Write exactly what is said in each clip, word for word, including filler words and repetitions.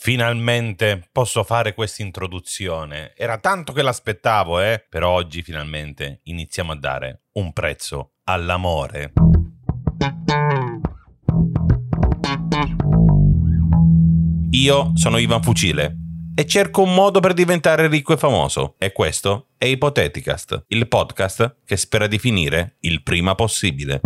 Finalmente posso fare questa introduzione. Era tanto che l'aspettavo, eh? Però oggi finalmente iniziamo a dare un prezzo all'amore. Io sono Ivan Fucile e cerco un modo per diventare ricco e famoso. E questo è Ipoteticast, il podcast che spera di finire il prima possibile.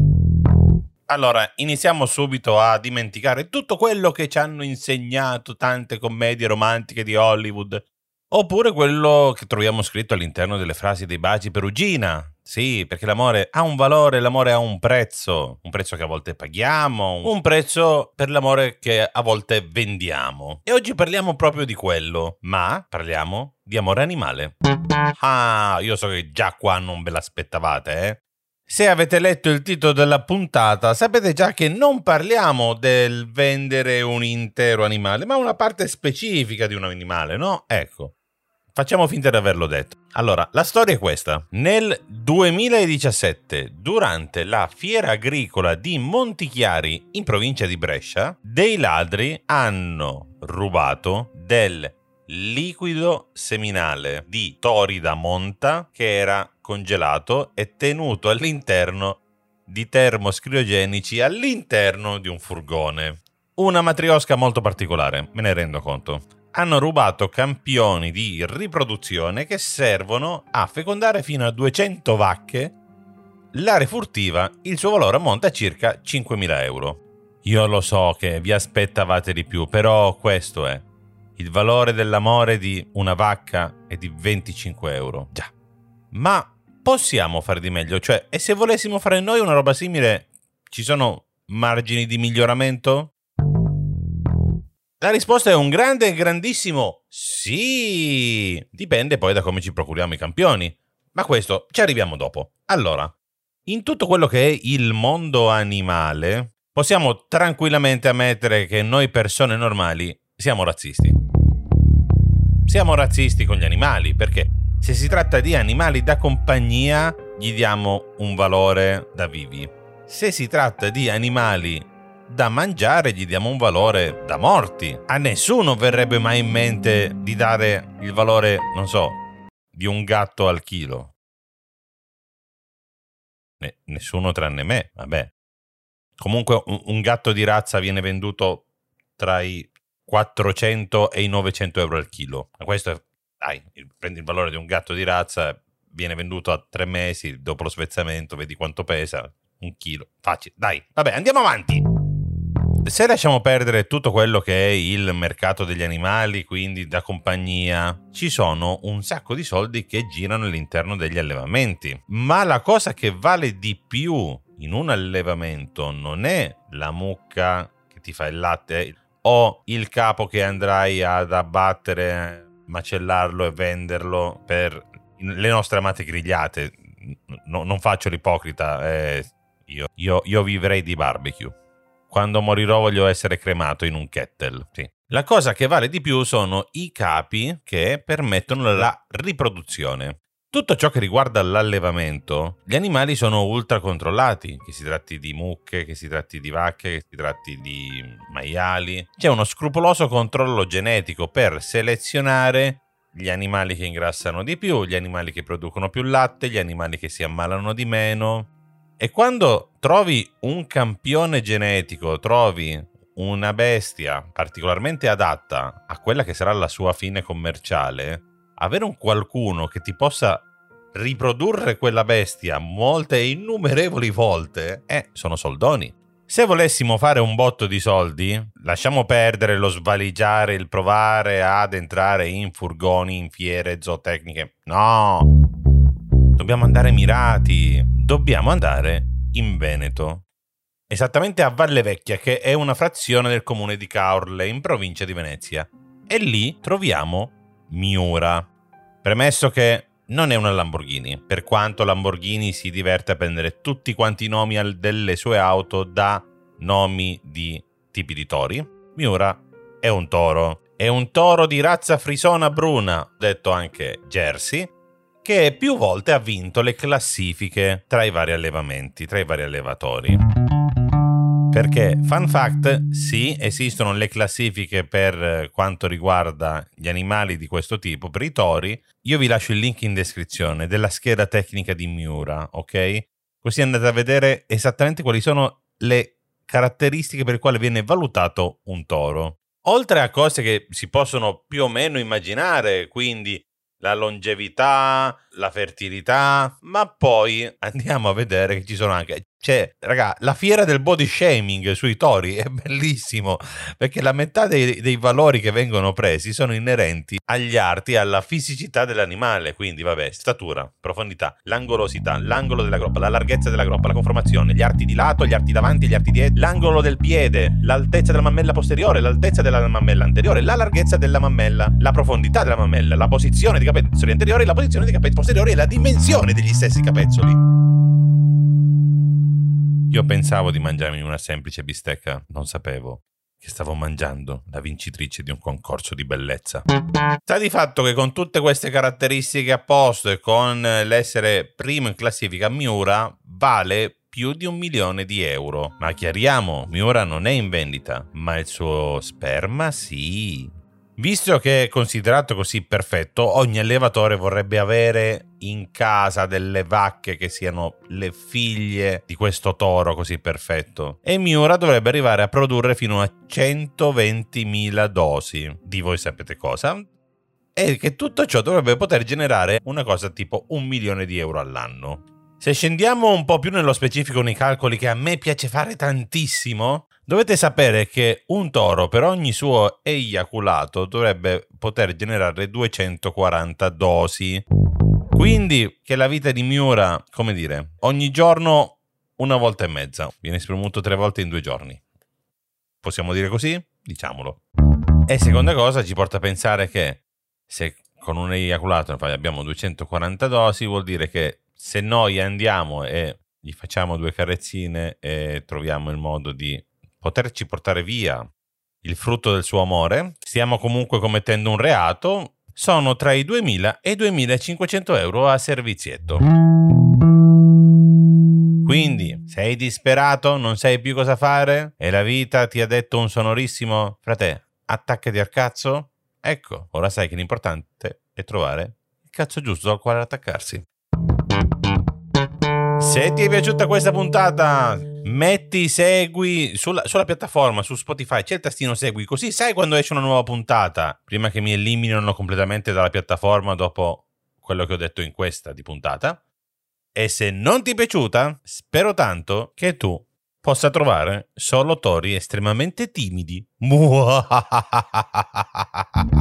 Allora, iniziamo subito a dimenticare tutto quello che ci hanno insegnato tante commedie romantiche di Hollywood, oppure quello che troviamo scritto all'interno delle frasi dei baci Perugina. Sì, perché l'amore ha un valore, l'amore ha un prezzo, un prezzo che a volte paghiamo, un prezzo per l'amore che a volte vendiamo. E oggi parliamo proprio di quello, ma parliamo di amore animale. Ah, io so che già qua non ve l'aspettavate, eh? Se avete letto il titolo della puntata, sapete già che non parliamo del vendere un intero animale, ma una parte specifica di un animale, no? Ecco, facciamo finta di averlo detto. Allora, la storia è questa. Nel duemiladiciassette, durante la fiera agricola di Montichiari, in provincia di Brescia, dei ladri hanno rubato del liquido seminale di tori da monta che era congelato e tenuto all'interno di termoscriogenici all'interno di un furgone. Una matriosca molto particolare, me ne rendo conto. Hanno rubato campioni di riproduzione che servono a fecondare fino a duecento vacche. La furtiva, il suo valore ammonta a circa cinquemila euro. Io lo so che vi aspettavate di più, però questo è. Il valore dell'amore di una vacca è di venticinque euro. Già. Ma possiamo fare di meglio? Cioè, e se volessimo fare noi una roba simile, ci sono margini di miglioramento? La risposta è un grande e grandissimo sì! Dipende poi da come ci procuriamo i campioni. Ma questo ci arriviamo dopo. Allora, in tutto quello che è il mondo animale, possiamo tranquillamente ammettere che noi persone normali siamo razzisti. Siamo razzisti con gli animali, perché se si tratta di animali da compagnia, gli diamo un valore da vivi. Se si tratta di animali da mangiare, gli diamo un valore da morti. A nessuno verrebbe mai in mente di dare il valore, non so, di un gatto al chilo. Ne- nessuno tranne me, vabbè. Comunque un, un gatto di razza viene venduto tra i quattrocento e i novecento euro al chilo. Questo è, dai, prendi il valore di un gatto di razza, viene venduto a tre mesi, dopo lo svezzamento, vedi quanto pesa, un chilo, facile, dai, vabbè, andiamo avanti. Se lasciamo perdere tutto quello che è il mercato degli animali, quindi da compagnia, ci sono un sacco di soldi che girano all'interno degli allevamenti. Ma la cosa che vale di più in un allevamento non è la mucca che ti fa il latte o il capo che andrai ad abbattere, macellarlo e venderlo per le nostre amate grigliate. No, non faccio l'ipocrita, eh, io, io, io vivrei di barbecue. Quando morirò voglio essere cremato in un kettle. Sì. La cosa che vale di più sono i capi che permettono la riproduzione. Tutto ciò che riguarda l'allevamento, gli animali sono ultra controllati, che si tratti di mucche, che si tratti di vacche, che si tratti di maiali. C'è uno scrupoloso controllo genetico per selezionare gli animali che ingrassano di più, gli animali che producono più latte, gli animali che si ammalano di meno. E quando trovi un campione genetico, trovi una bestia particolarmente adatta a quella che sarà la sua fine commerciale, avere un qualcuno che ti possa riprodurre quella bestia molte e innumerevoli volte, eh, sono soldoni. Se volessimo fare un botto di soldi, lasciamo perdere lo svaligiare, il provare ad entrare in furgoni, in fiere zootecniche. No! Dobbiamo andare mirati. Dobbiamo andare in Veneto. Esattamente a Valle Vecchia, che è una frazione del comune di Caorle, in provincia di Venezia. E lì troviamo Miura. Premesso che non è una Lamborghini, per quanto Lamborghini si diverte a prendere tutti quanti i nomi delle sue auto da nomi di tipi di tori, Miura è un toro. È un toro di razza frisona bruna, detto anche Jersey, che più volte ha vinto le classifiche tra i vari allevamenti, tra i vari allevatori. Perché, fun fact, sì, esistono le classifiche per quanto riguarda gli animali di questo tipo, per i tori. Io vi lascio il link in descrizione della scheda tecnica di Miura, ok? Così andate a vedere esattamente quali sono le caratteristiche per le quali viene valutato un toro. Oltre a cose che si possono più o meno immaginare, quindi la longevità, la fertilità, ma poi andiamo a vedere che ci sono anche... Cioè, raga, la fiera del body shaming sui tori è bellissimo, perché la metà dei, dei valori che vengono presi sono inerenti agli arti, alla fisicità dell'animale, quindi vabbè, statura, profondità, l'angolosità, l'angolo della groppa, la larghezza della groppa, la conformazione, gli arti di lato, gli arti davanti, gli arti dietro, l'angolo del piede, l'altezza della mammella posteriore, l'altezza della mammella anteriore, la larghezza della mammella, la profondità della mammella, la posizione dei capezzoli anteriori, la posizione dei capezzoli posteriori e la dimensione degli stessi capezzoli. Io pensavo di mangiarmi una semplice bistecca, non sapevo che stavo mangiando la vincitrice di un concorso di bellezza. Sta di fatto che con tutte queste caratteristiche a posto e con l'essere primo in classifica, Miura vale più di un milione di euro. Ma chiariamo, Miura non è in vendita, ma il suo sperma sì. Visto che è considerato così perfetto, ogni allevatore vorrebbe avere in casa delle vacche che siano le figlie di questo toro così perfetto. E Miura dovrebbe arrivare a produrre fino a centoventimila dosi di voi sapete cosa? E che tutto ciò dovrebbe poter generare una cosa tipo un milione di euro all'anno. Se scendiamo un po' più nello specifico nei calcoli che a me piace fare tantissimo, dovete sapere che un toro per ogni suo eiaculato dovrebbe poter generare duecentoquaranta dosi. Quindi che la vita di Miura, come dire, ogni giorno una volta e mezza. Viene spremuto tre volte in due giorni. Possiamo dire così? Diciamolo. E seconda cosa ci porta a pensare che se con un eiaculato abbiamo duecentoquaranta dosi, vuol dire che se noi andiamo e gli facciamo due carezzine e troviamo il modo di poterci portare via il frutto del suo amore, stiamo comunque commettendo un reato, sono tra i duemila e i duemilacinquecento euro a servizietto. Quindi, sei disperato, non sai più cosa fare e la vita ti ha detto un sonorissimo frate, attaccati al cazzo? Ecco, ora sai che l'importante è trovare il cazzo giusto al quale attaccarsi. Se ti è piaciuta questa puntata, metti segui sulla, sulla piattaforma, su Spotify, c'è il tastino segui, così sai quando esce una nuova puntata, prima che mi eliminino completamente dalla piattaforma dopo quello che ho detto in questa di puntata. E se non ti è piaciuta, spero tanto che tu possa trovare solo tori estremamente timidi.